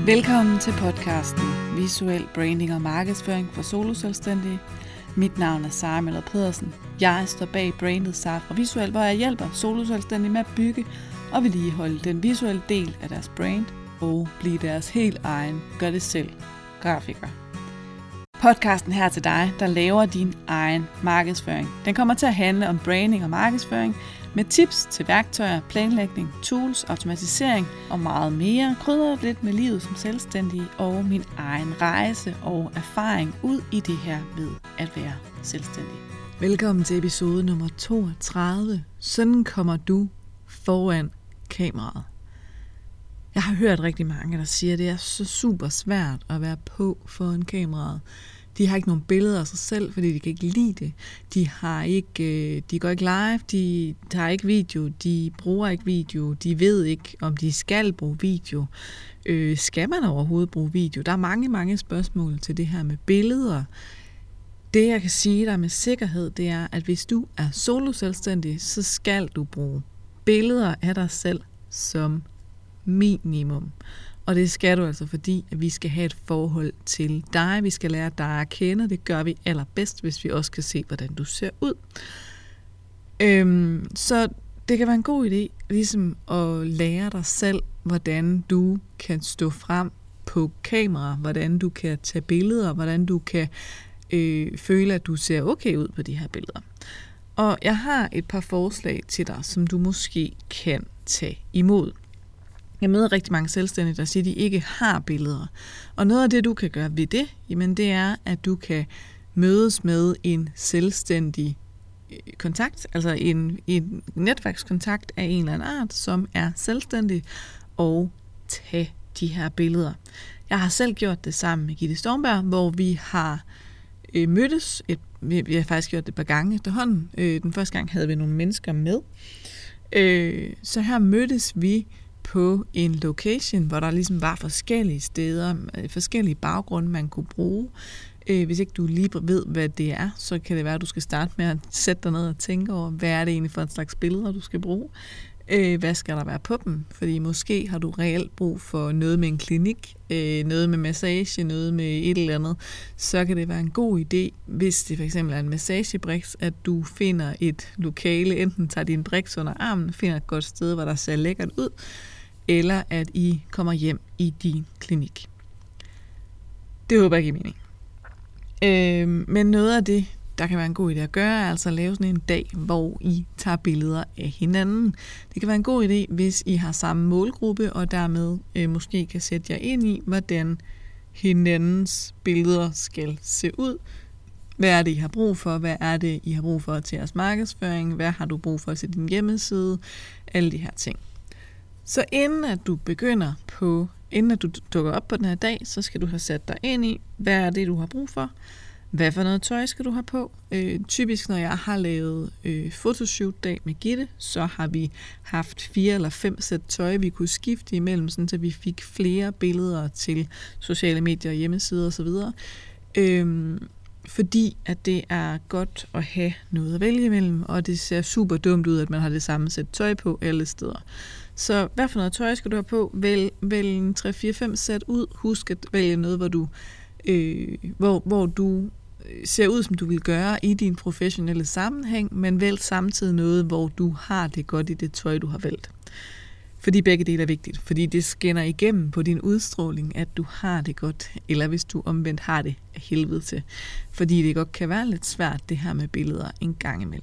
Velkommen til podcasten Visuel Branding og Markedsføring for soloselvstændige. Mit navn er Sara Møller Pedersen. Jeg står bag brandet Safra Visuel, hvor jeg hjælper soloselvstændige med at bygge og vedligeholde den visuelle del af deres brand og blive deres helt egen gør det selv grafiker. Podcasten her til dig, der laver din egen markedsføring. Den kommer til at handle om branding og markedsføring med tips til værktøjer, planlægning, tools, automatisering og meget mere. Krydret lidt med livet som selvstændig og min egen rejse og erfaring ud i det her med at være selvstændig. Velkommen til episode nummer 32. Sådan kommer du foran kameraet. Jeg har hørt rigtig mange, der siger, at det er så super svært at være på foran kameraet. De har ikke nogen billeder af sig selv, fordi de kan ikke lide det. De går ikke live, de tager ikke video, de bruger ikke video, de ved ikke, om de skal bruge video. Skal man overhovedet bruge video? Der er mange spørgsmål til det her med billeder. Det, jeg kan sige dig med sikkerhed, det er, at hvis du er soloselvstændig, så skal du bruge billeder af dig selv som minimum. Og det skal du altså, fordi at vi skal have et forhold til dig. Vi skal lære dig at kende. Det gør vi allerbedst, hvis vi også kan se, hvordan du ser ud. Så det kan være en god idé ligesom at lære dig selv, hvordan du kan stå frem på kamera, hvordan du kan tage billeder, hvordan du kan føle, at du ser okay ud på de her billeder. Og jeg har et par forslag til dig, som du måske kan tage imod. Jeg møder rigtig mange selvstændige, der siger, at de ikke har billeder. Og noget af det, du kan gøre ved det, jamen det er, at du kan mødes med en selvstændig kontakt, altså en netværkskontakt af en eller anden art, som er selvstændig, og tage de her billeder. Jeg har selv gjort det sammen med Gitte Stormberg, hvor vi har mødtes. Vi har faktisk gjort det et par gange efterhånden. Den første gang havde vi nogle mennesker med. Så her mødtes vi på en location, hvor der ligesom var forskellige steder, forskellige baggrunde, man kunne bruge. Hvis ikke du lige ved, hvad det er, så kan det være, at du skal starte med at sætte dig ned og tænke over, hvad er det egentlig for en slags billeder, du skal bruge. Hvad skal der være på dem? Fordi måske har du reelt brug for noget med en klinik, noget med massage, noget med et eller andet. Så kan det være en god idé, hvis det for eksempel er en massagebriks, at du finder et lokale, enten tager din briks under armen, finder et godt sted, hvor der ser lækkert ud, eller at I kommer hjem i din klinik. Det håber jeg giver mening. Men noget af det, der kan være en god idé at gøre, er altså at lave sådan en dag, hvor I tager billeder af hinanden. Det kan være en god idé, hvis I har samme målgruppe, og dermed måske kan sætte jer ind i, hvordan hinandens billeder skal se ud. Hvad er det, I har brug for? Hvad er det, I har brug for til jeres markedsføring? Hvad har du brug for til din hjemmeside? Alle de her ting. Så inden du dukker op på den her dag, så skal du have sat dig ind i, hvad er det, du har brug for? Hvad for noget tøj skal du have på? Typisk, når jeg har lavet fotoshoot-dag med Gitte, så har vi haft 4 eller 5 sæt tøj, vi kunne skifte imellem, så vi fik flere billeder til sociale medier, hjemmesider osv. Fordi at det er godt at have noget at vælge imellem, og det ser super dumt ud, at man har det samme sæt tøj på alle steder. Så hvad for noget tøj skal du have på? Vælg en 3-4-5 sæt ud. Husk at vælge noget, hvor du ser ud, som du vil gøre i din professionelle sammenhæng, men vælg samtidig noget, hvor du har det godt i det tøj, du har valgt. Fordi begge dele er vigtigt, fordi det skinner igennem på din udstråling, at du har det godt, eller hvis du omvendt har det af helvede til. Fordi det godt kan være lidt svært, det her med billeder en gang imellem.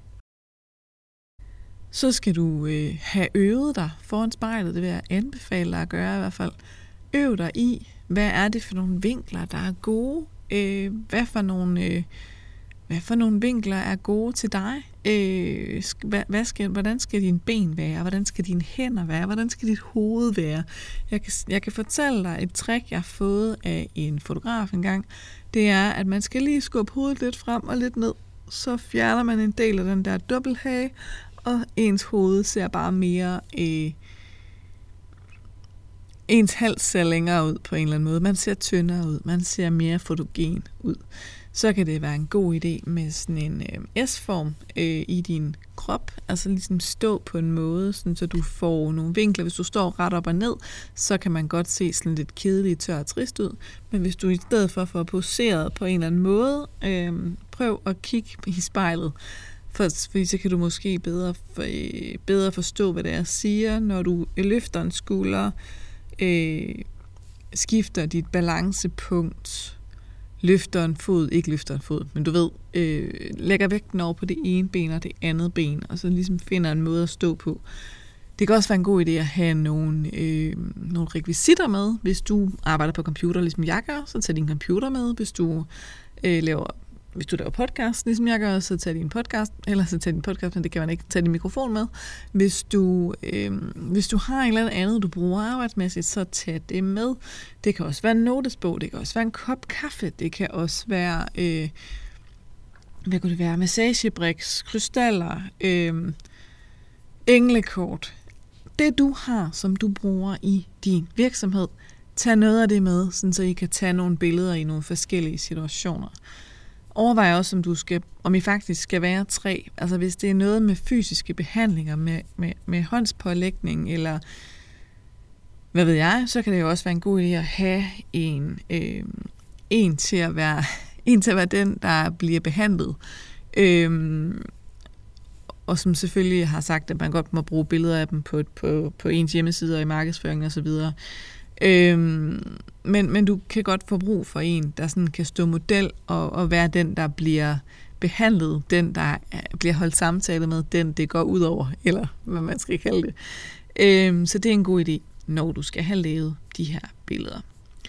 Så skal du have øvet dig foran spejlet, det vil jeg anbefale dig at gøre i hvert fald. Øv dig i, hvad er det for nogle vinkler, der er gode? Hvad for nogle vinkler er gode til dig? Hvordan skal dine ben være? Hvordan skal dine hænder være? Hvordan skal dit hoved være? Jeg kan fortælle dig et trick, jeg har fået af en fotograf engang. Det er, at man skal lige skubbe hovedet lidt frem og lidt ned. Så fjerner man en del af den der dobbelthage, og ens hoved ser bare mere ens hals ser længere ud på en eller anden måde. Man ser tyndere ud. Man ser mere fotogen ud. Så kan det være en god idé med sådan en S-form i din krop. Altså ligesom stå på en måde, sådan, så du får nogle vinkler. Hvis du står ret op og ned, så kan man godt se sådan lidt kedelig, tør og trist ud. Men hvis du i stedet for får poseret på en eller anden måde, prøv at kigge i spejlet. Fordi så kan du måske bedre forstå, hvad det er, jeg siger, når du løfter en skulder, skifter dit balancepunkt, løfter en fod, men du ved, lægger vægten over på det ene ben og det andet ben, og så ligesom finder en måde at stå på. Det kan også være en god idé at have nogle rekvisitter med. Hvis du arbejder på computer, ligesom jeg gør, så tag din computer med. Hvis du laver podcast, ligesom jeg gør, så tag din podcast, men det kan man ikke, tage din mikrofon med. Hvis du har en eller andet, du bruger arbejdsmæssigt, så tag det med. Det kan også være en notesbog, det kan også være en kop kaffe, det kan også være, hvad kunne det være, massagebriks, krystaller, englekort. Det du har, som du bruger i din virksomhed, tag noget af det med, sådan så I kan tage nogle billeder i nogle forskellige situationer. Overvej også, om I faktisk skal være 3. Altså hvis det er noget med fysiske behandlinger, med håndspålægning, eller hvad ved jeg, så kan det jo også være en god idé at have en til at være den, der bliver behandlet. Og som selvfølgelig har sagt, at man godt må bruge billeder af dem på ens hjemmesider i markedsføring og så videre. Men du kan godt få brug for en, der sådan kan stå model og være den, der bliver behandlet, den, der bliver holdt samtale med, den, det går ud over, eller hvad man skal kalde det. Så det er en god idé, når du skal have lavet de her billeder.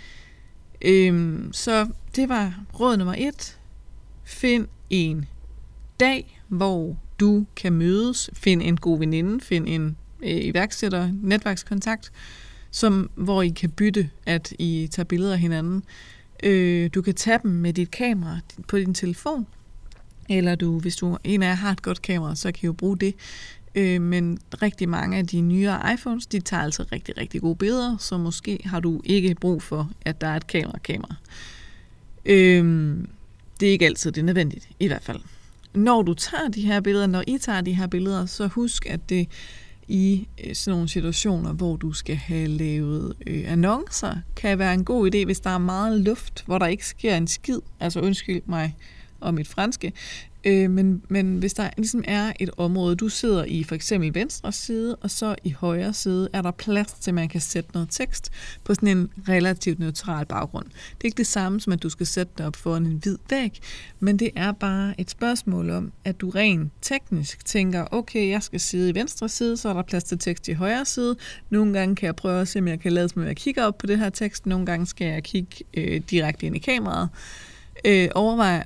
Så det var råd nummer 1. Find en dag, hvor du kan mødes. Find en god veninde, find en iværksætter, netværkskontakt, hvor I kan bytte, at I tager billeder af hinanden. Du kan tage dem med dit kamera på din telefon, eller hvis du en af jer har et godt kamera, så kan I jo bruge det. Men rigtig mange af de nyere iPhones, de tager altså rigtig, rigtig gode billeder, så måske har du ikke brug for, at der er et kamera. Det er ikke altid det er nødvendigt, i hvert fald. Når I tager de her billeder, så husk, at det i sådan nogle situationer, hvor du skal have lavet annoncer, kan være en god idé, hvis der er meget luft, hvor der ikke sker en skid. Altså undskyld mig og mit franske. Men hvis der ligesom er et område, du sidder i for eksempel venstre side, og så i højre side, er der plads til, at man kan sætte noget tekst på sådan en relativt neutral baggrund. Det er ikke det samme som, at du skal sætte det op foran en hvid væg, men det er bare et spørgsmål om, at du rent teknisk tænker, okay, jeg skal sidde i venstre side, så er der plads til tekst i højre side. Nogle gange kan jeg prøve at se, om jeg kan lade som, at jeg kigger op på det her tekst. Nogle gange skal jeg kigge direkte ind i kameraet. Overvej,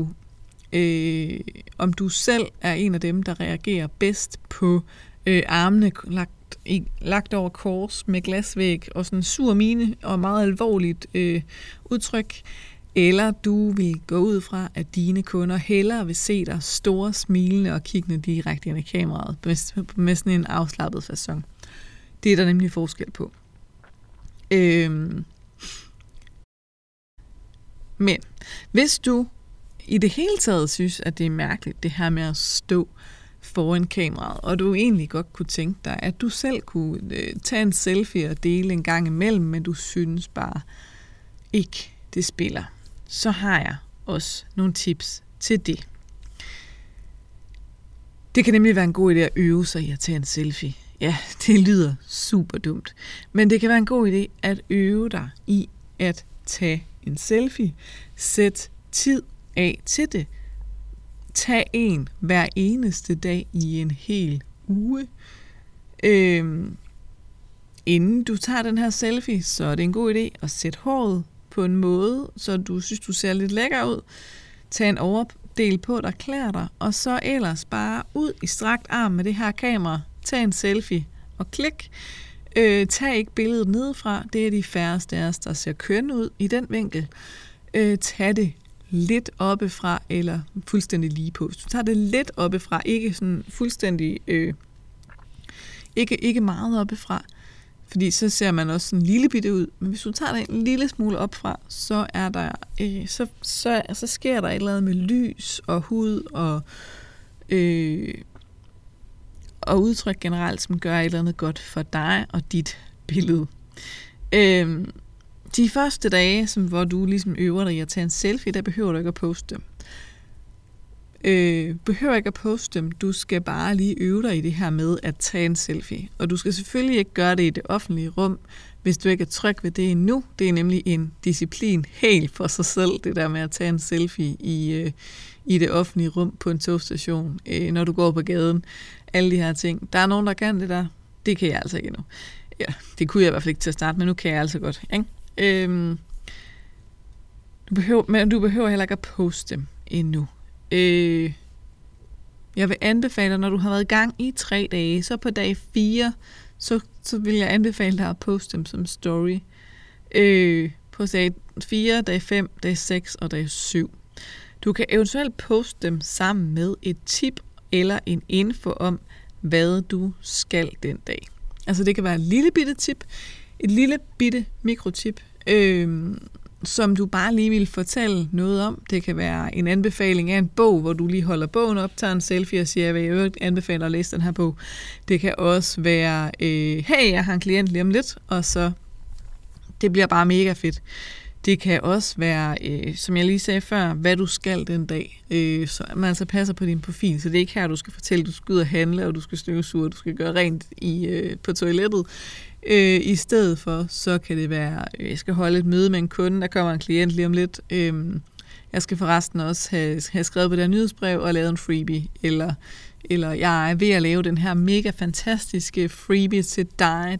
om du selv er en af dem, der reagerer bedst på armene lagt over kors med glasvæg og sådan en sur mine og meget alvorligt udtryk, eller du vil gå ud fra, at dine kunder hellere vil se dig store, smilende og kiggende direkte ind i kameraet med sådan en afslappet facon. Det er der nemlig forskel på. Men hvis du i det hele taget synes, at det er mærkeligt, det her med at stå foran kameraet, og du egentlig godt kunne tænke dig, at du selv kunne tage en selfie og dele en gang imellem, men du synes bare ikke, det spiller, så har jeg også nogle tips til det. Det kan nemlig være en god idé at øve sig i at tage en selfie. Ja, det lyder super dumt, men det kan være en god idé at øve dig i at tage en selfie. Sæt tid af til det. Tag en hver eneste dag i en hel uge. Inden du tager den her selfie, så er det en god idé at sætte håret på en måde, så du synes, du ser lidt lækker ud. Tag en overdel på, der klæder dig, og så ellers bare ud i strakt arm med det her kamera. Tag en selfie og klik. Tag ikke billedet nedefra. Det er de færreste af os, der ser kønne ud i den vinkel. Tag det lidt oppefra, eller fuldstændig lige på. Hvis du tager det lidt oppefra, ikke sådan fuldstændig, ikke meget oppefra, Fordi så ser man også sådan en lille bitte ud. Men hvis du tager det en lille smule op fra, så er der, så sker der et eller andet med lys og hud og udtryk generelt, som gør et eller andet godt for dig og dit billede. De første dage, hvor du ligesom øver dig i at tage en selfie, der behøver du ikke at poste dem. Behøver ikke at poste dem. Du skal bare lige øve dig i det her med at tage en selfie. Og du skal selvfølgelig ikke gøre det i det offentlige rum, hvis du ikke er tryg ved det endnu. Det er nemlig en disciplin helt for sig selv, det der med at tage en selfie i det offentlige rum på en togstation, når du går på gaden. Alle de her ting. Der er nogen, der kan det der. Det kan jeg altså ikke endnu. Ja, det kunne jeg i hvert fald ikke til at starte, men nu kan jeg altså godt. Ikke? Du behøver heller ikke at poste dem endnu. Jeg vil anbefale dig, når du har været i gang i 3 dage, så på dag 4, så vil jeg anbefale dig at poste dem som story. På dag 4, dag 5, dag 6 og dag 7. Du kan eventuelt poste dem sammen med et tip eller en info om, hvad du skal den dag. Altså det kan være et lille bitte tip, et lille bitte mikrotip, som du bare lige vil fortælle noget om. Det kan være en anbefaling af en bog, hvor du lige holder bogen op, tager en selfie og siger, jeg vil anbefale at læse den her bog. Det kan også være, hey, jeg har en klient lige om lidt, og så det bliver bare mega fedt. Det kan også være, som jeg lige sagde før, hvad du skal den dag. Så man altså passer på din profil, så det er ikke her, du skal fortælle, du skal ud og handle, og du skal støvsuge, og du skal gøre rent på toilettet. I stedet for, så kan det være, jeg skal holde et møde med en kunde, der kommer en klient lige om lidt. Jeg skal forresten også have skrevet på det her nyhedsbrev og lavet en freebie, eller jeg er ved at lave den her mega fantastiske freebie til dig,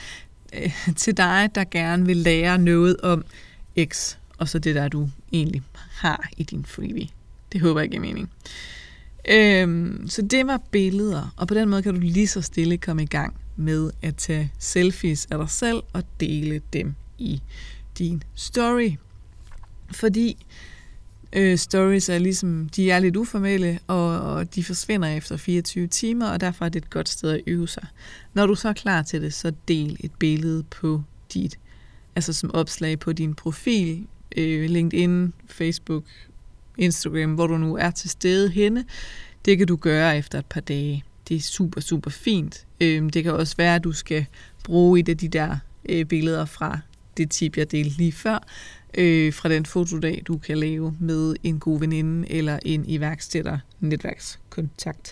der gerne vil lære noget om X, og så det der, du egentlig har i din freebie. Det håber jeg giver mening. Så det var billeder, og på den måde kan du lige så stille komme i gang med at tage selfies af dig selv og dele dem i din story. Fordi stories er ligesom, de er lidt uformelle, og de forsvinder efter 24 timer, og derfor er det et godt sted at øve sig. Når du så er klar til det, så del et billede på altså som opslag på din profil, LinkedIn, Facebook, Instagram, hvor du nu er til stede henne. Det kan du gøre efter et par dage. Det er super, super fint. Det kan også være, at du skal bruge de der billeder fra det tip, jeg delte lige før, fra den fotodag, du kan lave med en god veninde eller en iværksætter netværkskontakt.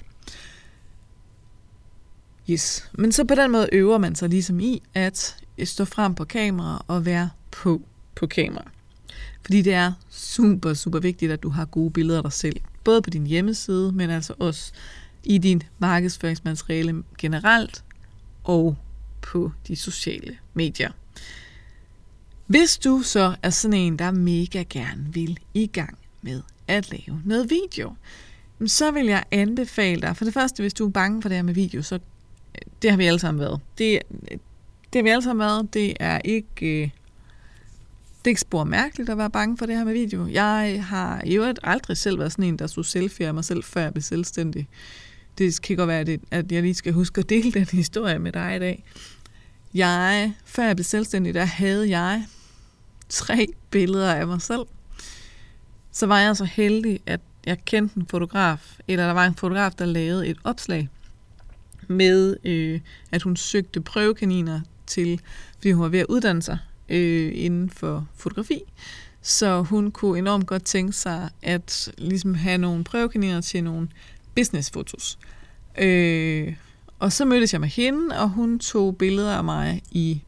Yes. Men så på den måde øver man sig ligesom i at stå frem på kamera og være på kamera. Fordi det er super, super vigtigt, at du har gode billeder af dig selv. Både på din hjemmeside, men altså også i din markedsføringsmateriale generelt og på de sociale medier. Hvis du så er sådan en, der mega gerne vil i gang med at lave noget video, så vil jeg anbefale dig, for det første, hvis du er bange for det her med video, så det har vi alle sammen været. Det har vi alle sammen været. Det er ikke spor mærkeligt at være bange for det her med video. Jeg har jo aldrig selv været sådan en, der stod selfie af mig selv, før jeg blev selvstændig. Det kan godt være, at jeg lige skal huske at dele den historie med dig i dag. Før jeg blev selvstændig, der havde jeg 3 billeder af mig selv. Så var jeg så heldig, at jeg kendte en fotograf, eller der var en fotograf, der lavede et opslag med, at hun søgte prøvekaniner til, fordi hun var ved at uddanne sig inden for fotografi. Så hun kunne enormt godt tænke sig at ligesom have nogle prøvekaniner til nogle businessfotos. Og så mødtes jeg med hende, og hun tog billeder af mig i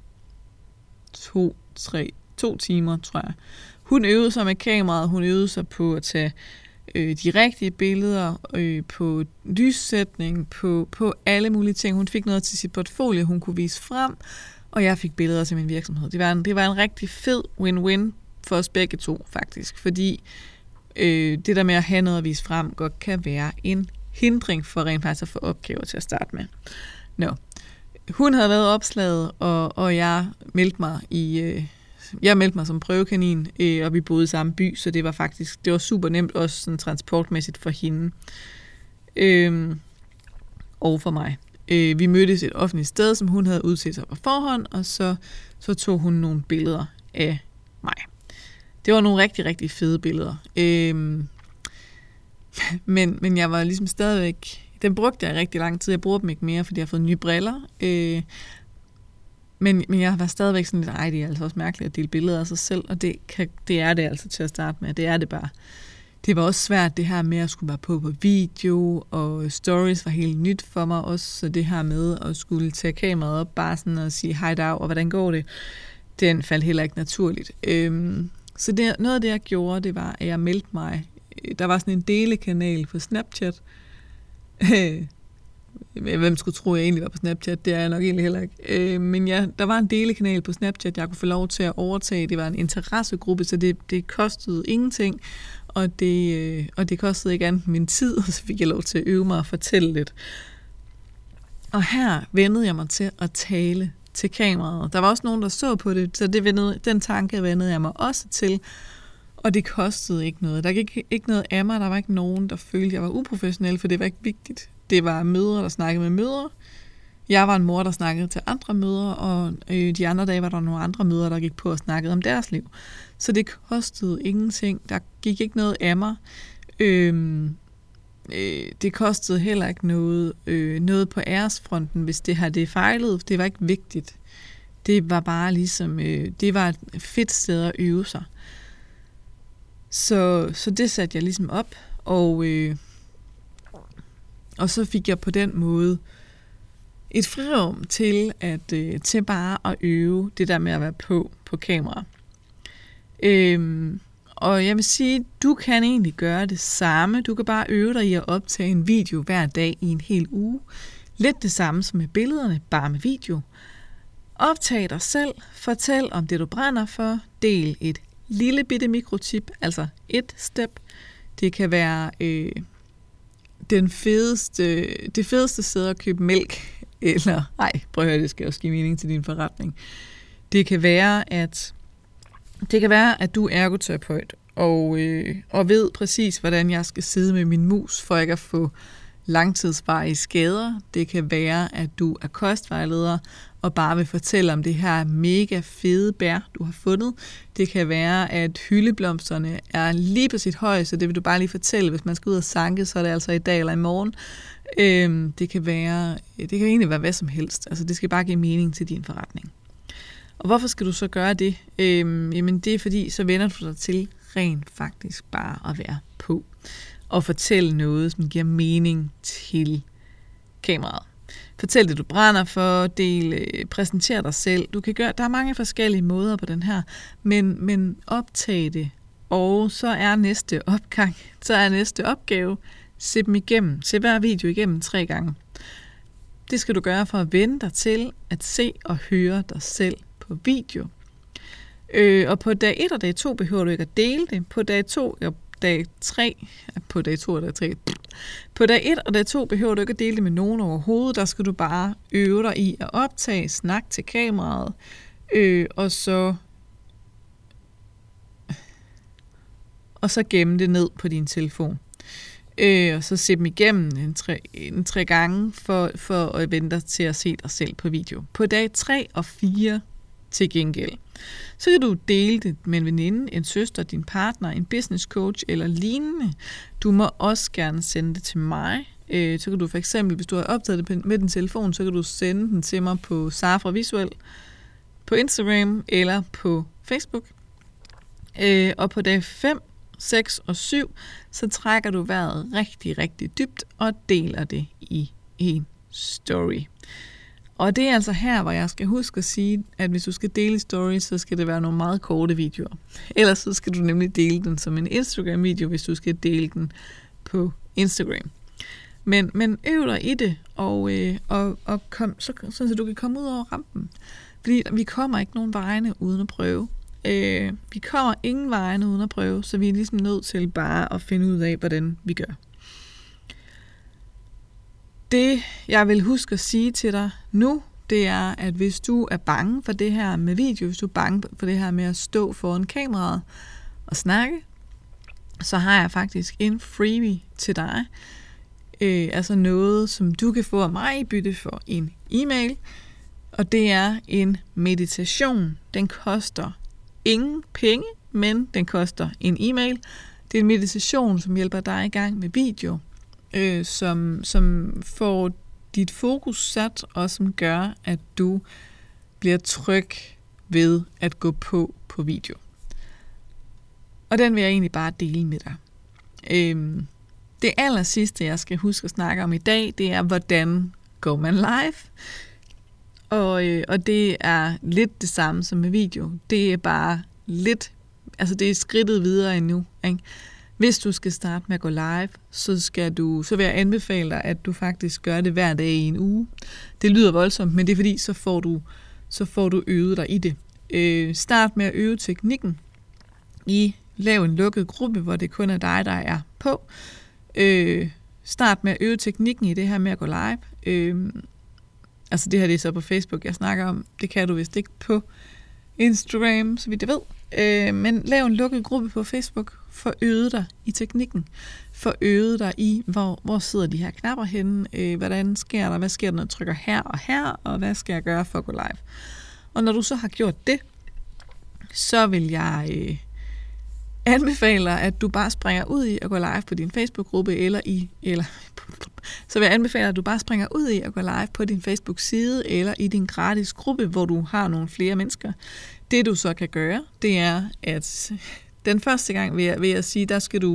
2 timer, tror jeg. Hun øvede sig med kameraet, hun øvede sig på at tage de rigtige billeder, på lyssætning, på alle mulige ting. Hun fik noget til sit portfolio, hun kunne vise frem, og jeg fik billeder til min virksomhed. Det var en rigtig fed win-win for os begge to, faktisk. Fordi det der med at have noget at vise frem, godt kan være en hindring for rent faktisk at få opgaver til at starte med. Hun havde lavet opslaget, og jeg meldte mig som prøvekanin, og vi boede i samme by, så det var super nemt, også sådan transportmæssigt for hende og for mig. Vi mødtes et offentligt sted, som hun havde udset sig på forhånd, og så tog hun nogle billeder af mig. Det var nogle rigtig, rigtig fede billeder. Men jeg var ligesom stadigvæk... Den brugte jeg rigtig lang tid. Jeg bruger dem ikke mere, fordi jeg har fået nye briller. Men jeg var stadigvæk sådan lidt, det er altså også mærkeligt at dele billeder af sig selv, og det er det altså til at starte med. Det er det bare. Det var også svært, det her med at skulle være på video, og stories var helt nyt for mig også, så det her med at skulle tage kameraet op, bare sådan og sige hej dag, og hvordan går det, den faldt heller ikke naturligt. Så noget af det, jeg gjorde, det var, at jeg meldte mig. Der var sådan en delekanal på Snapchat. Hvem skulle tro, jeg egentlig var på Snapchat? Det er jeg nok egentlig heller ikke. Men ja, der var en delekanal på Snapchat, jeg kunne få lov til at overtage. Det var en interessegruppe, så det kostede ingenting. Og det kostede ikke andet min tid, og så fik jeg lov til at øve mig og fortælle lidt. Og her vendede jeg mig til at tale til kameraet. Der var også nogen, der så på det, så den tanke vendede jeg mig også til. Og det kostede ikke noget. Der gik ikke noget af mig. Der var ikke nogen, der følte, at jeg var uprofessionel, for det var ikke vigtigt. Det var mødre, der snakkede med mødre. Jeg var en mor, der snakkede til andre mødre, og de andre dage var der nogle andre mødre, der gik på og snakkede om deres liv. Så det kostede ingenting. Der gik ikke noget af mig. Det kostede heller ikke noget på æresfronten, hvis det fejlede. Det var ikke vigtigt. Det var bare ligesom, det var et fedt sted at øve sig. Så det satte jeg ligesom op, og så fik jeg på den måde et frirum til bare at øve det der med at være på kamera. Og jeg vil sige, du kan egentlig gøre det samme. Du kan bare øve dig i at optage en video hver dag i en hel uge. Lidt det samme som med billederne, bare med video. Optag dig selv, fortæl om det du brænder for, del et lille bitte mikrotip, altså et step. Det kan være det fedeste sted at købe mælk, eller prøv at høre, det skal også give mening til din forretning. Det kan være, at du er ergoterapeut, og ved præcis, hvordan jeg skal sidde med min mus, for ikke at få langtidsvarige skader. Det kan være, at du er kostvejleder, og bare vil fortælle om det her mega fede bær, du har fundet. Det kan være, at hyldeblomsterne er lige på sit høje, så det vil du bare lige fortælle. Hvis man skal ud og sanke, så er det altså i dag eller i morgen. Det kan egentlig være hvad som helst. Altså, det skal bare give mening til din forretning. Og hvorfor skal du så gøre det? Jamen, det er fordi, så vender du dig til rent faktisk bare at være på. Og fortælle noget, som giver mening til kameraet. Fortæl det, du brænder for, præsenter dig selv. Du kan gøre, der er mange forskellige måder på den her, men optag det. Og så er næste opgave, se dem igennem. Se hver video igennem 3 gange. Det skal du gøre for at vende dig til at se og høre dig selv på video. Og på dag 1 og dag 2 behøver du ikke at dele det. På dag 1 og dag 2 behøver du ikke at dele det med nogen overhovedet. Der skal du bare øve dig i at optage, snakke til kameraet, og så gemme det ned på din telefon. Og så se dem igennem en 3 gange for at vente dig til at se dig selv på video. På dag 3 og 4 til gengæld, så kan du dele det med en veninde, en søster, din partner, en business coach eller lignende. Du må også gerne sende det til mig. Så kan du for eksempel, hvis du har optaget det med din telefon, så kan du sende den til mig på Safra Visuel, på Instagram eller på Facebook. Og på dag 5, 6 og 7, så trækker du vejret rigtig, rigtig dybt og deler det i en story. Og det er altså her, hvor jeg skal huske at sige, at hvis du skal dele stories, så skal det være nogle meget korte videoer. Ellers så skal du nemlig dele den som en Instagram-video, hvis du skal dele den på Instagram. Men øv dig i det, og kom, så du kan komme ud over rampen. Fordi vi kommer ikke nogen vegne uden at prøve. Vi kommer ingen vegne uden at prøve, så vi er ligesom nødt til bare at finde ud af, hvordan vi gør. Det, jeg vil huske at sige til dig nu, det er, at hvis du er bange for det her med video, hvis du er bange for det her med at stå foran kameraet og snakke, så har jeg faktisk en freebie til dig. altså noget, som du kan få af mig i bytte for en e-mail. Og det er en meditation. Den koster ingen penge, men den koster en e-mail. Det er en meditation, som hjælper dig i gang med video, som får dit fokus sat, og som gør, at du bliver tryg ved at gå på video. Og den vil jeg egentlig bare dele med dig. Det aller sidste, jeg skal huske at snakke om i dag, det er, hvordan går man live? Og det er lidt det samme som med video. Det er bare lidt, altså det er skridtet videre endnu, ikke? Hvis du skal starte med at gå live, så vil jeg anbefale dig, at du faktisk gør det hver dag i en uge. Det lyder voldsomt, men det er fordi, så får du øvet dig i det. Start med at øve teknikken. Lav en lukket gruppe, hvor det kun er dig, der er på. Start med at øve teknikken i det her med at gå live. Altså det her, det er så på Facebook, jeg snakker om. Det kan du vist ikke på Instagram, så vidt jeg ved. Men lav en lukket gruppe på Facebook. Få øvet dig i teknikken. Få øvet dig i, hvor sidder de her knapper henne. Hvordan sker der? Hvad sker der, når jeg trykker her? Og hvad skal jeg gøre for at gå live? Og når du så har gjort det, så vil jeg anbefaler, at du bare springer ud i at gå live på din Facebook-gruppe, så vil jeg anbefale, at du bare springer ud i at gå live på din Facebook-side, eller i din gratis gruppe, hvor du har nogle flere mennesker. Det du så kan gøre, det er, at den første gang vil jeg sige, der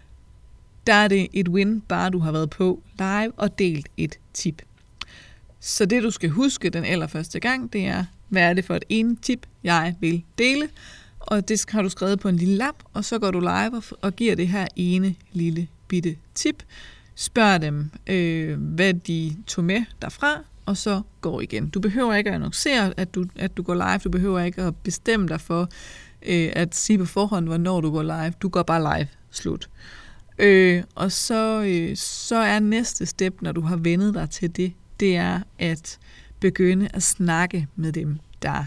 er det et win, bare du har været på live og delt et tip. Så det du skal huske den allerførste gang, det er, hvad er det for et ene tip, jeg vil dele? Og det har du skrevet på en lille lap, og så går du live og giver det her ene lille bitte tip. Spørg dem, hvad de tog med derfra, og så går igen. Du behøver ikke at annoncere, at du går live. Du behøver ikke at bestemme dig for at sige på forhånd, hvornår du går live. Du går bare live. Slut. Og så er næste step, når du har vendet dig til det, det er at begynde at snakke med dem, der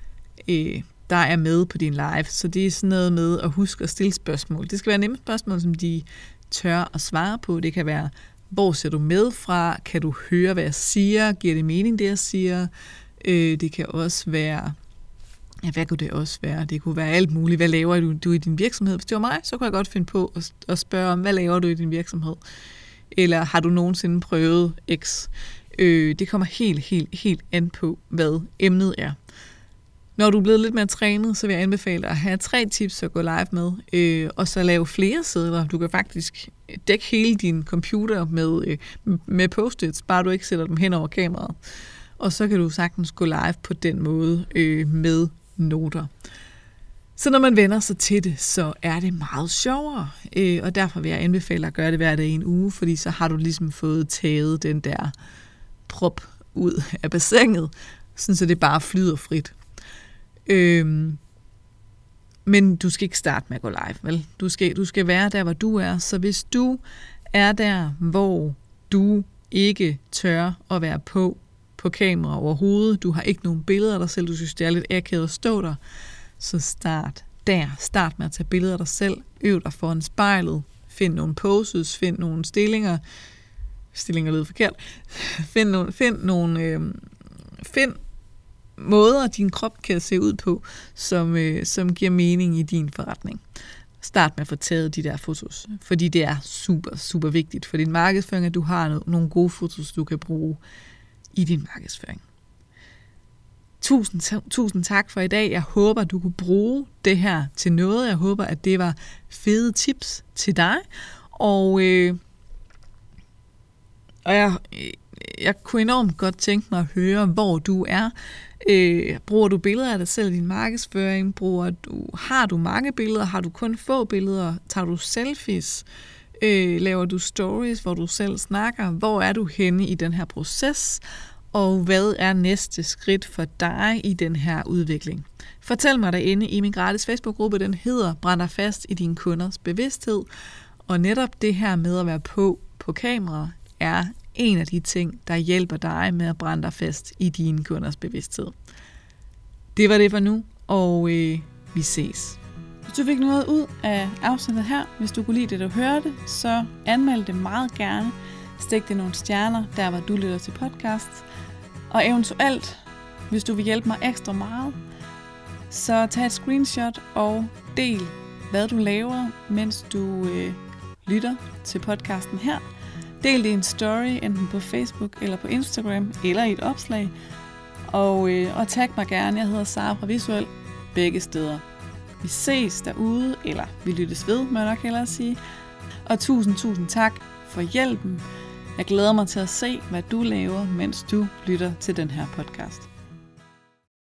er med på din live. Så det er sådan noget med at huske at stille spørgsmål. Det skal være nemme spørgsmål, som de tør at svare på. Det kan være, hvor ser du med fra? Kan du høre, hvad jeg siger? Giver det mening, det jeg siger? Det kan også være, hvad kunne det også være? Det kunne være alt muligt. Hvad laver du i din virksomhed? Hvis det var mig, så kunne jeg godt finde på at spørge om, hvad laver du i din virksomhed? Eller har du nogensinde prøvet X? Det kommer helt an på, hvad emnet er. Når du er blevet lidt mere trænet, så vil jeg anbefale dig at have 3 tips at gå live med, og så lave flere sider. Du kan faktisk dække hele din computer med post-its, bare du ikke sætter dem hen over kameraet. Og så kan du sagtens gå live på den måde med noter. Så når man vender sig til det, så er det meget sjovere, og derfor vil jeg anbefale at gøre det hver dag i en uge, fordi så har du ligesom fået taget den der prop ud af bassinet, sådan så det bare flyder frit. Men du skal ikke starte med at gå live, vel? Du skal være der, hvor du er. Så hvis du er der, hvor du ikke tør at være på kamera overhovedet, du har ikke nogen billeder af dig selv, du synes, det er lidt akavet at stå der, så start der. Start med at tage billeder af dig selv. Øv dig foran spejlet. Find nogle poses, find nogle stillinger. Stillinger lyder forkert. Find måder, din krop kan se ud på, som giver mening i din forretning. Start med at få taget de der fotos, fordi det er super, super vigtigt for din markedsføring, at du har nogle gode fotos, du kan bruge i din markedsføring. Tusind tak for i dag. Jeg håber, du kunne bruge det her til noget. Jeg håber, at det var fede tips til dig. Og jeg kunne enormt godt tænke mig at høre, hvor du er. Bruger du billeder af dig selv i din markedsføring? Har du mange billeder? Har du kun få billeder? Tager du selfies? Laver du stories, hvor du selv snakker? Hvor er du henne i den her proces? Og hvad er næste skridt for dig i den her udvikling? Fortæl mig derinde i min gratis Facebook-gruppe. Den hedder Brænd dig fast i dine kunders bevidsthed. Og netop det her med at være på kamera er en af de ting, der hjælper dig med at brænde dig fast i dine kunders bevidsthed. Det var det for nu, og vi ses. Hvis du fik noget ud af afsnittet her, hvis du kunne lide det, du hørte, så anmeld det meget gerne Stik det nogle stjerner, der hvor du lytter til podcast. Og eventuelt, hvis du vil hjælpe mig ekstra meget, så tag et screenshot og del, hvad du laver, mens du lytter til podcasten her. Del det i en story, enten på Facebook eller på Instagram, eller i et opslag. Og tag mig gerne, jeg hedder Sara fra Visuel, begge steder. Vi ses derude, eller vi lyttes ved, må jeg nok hellere sige. Og tusind tak for hjælpen. Jeg glæder mig til at se, hvad du laver, mens du lytter til den her podcast.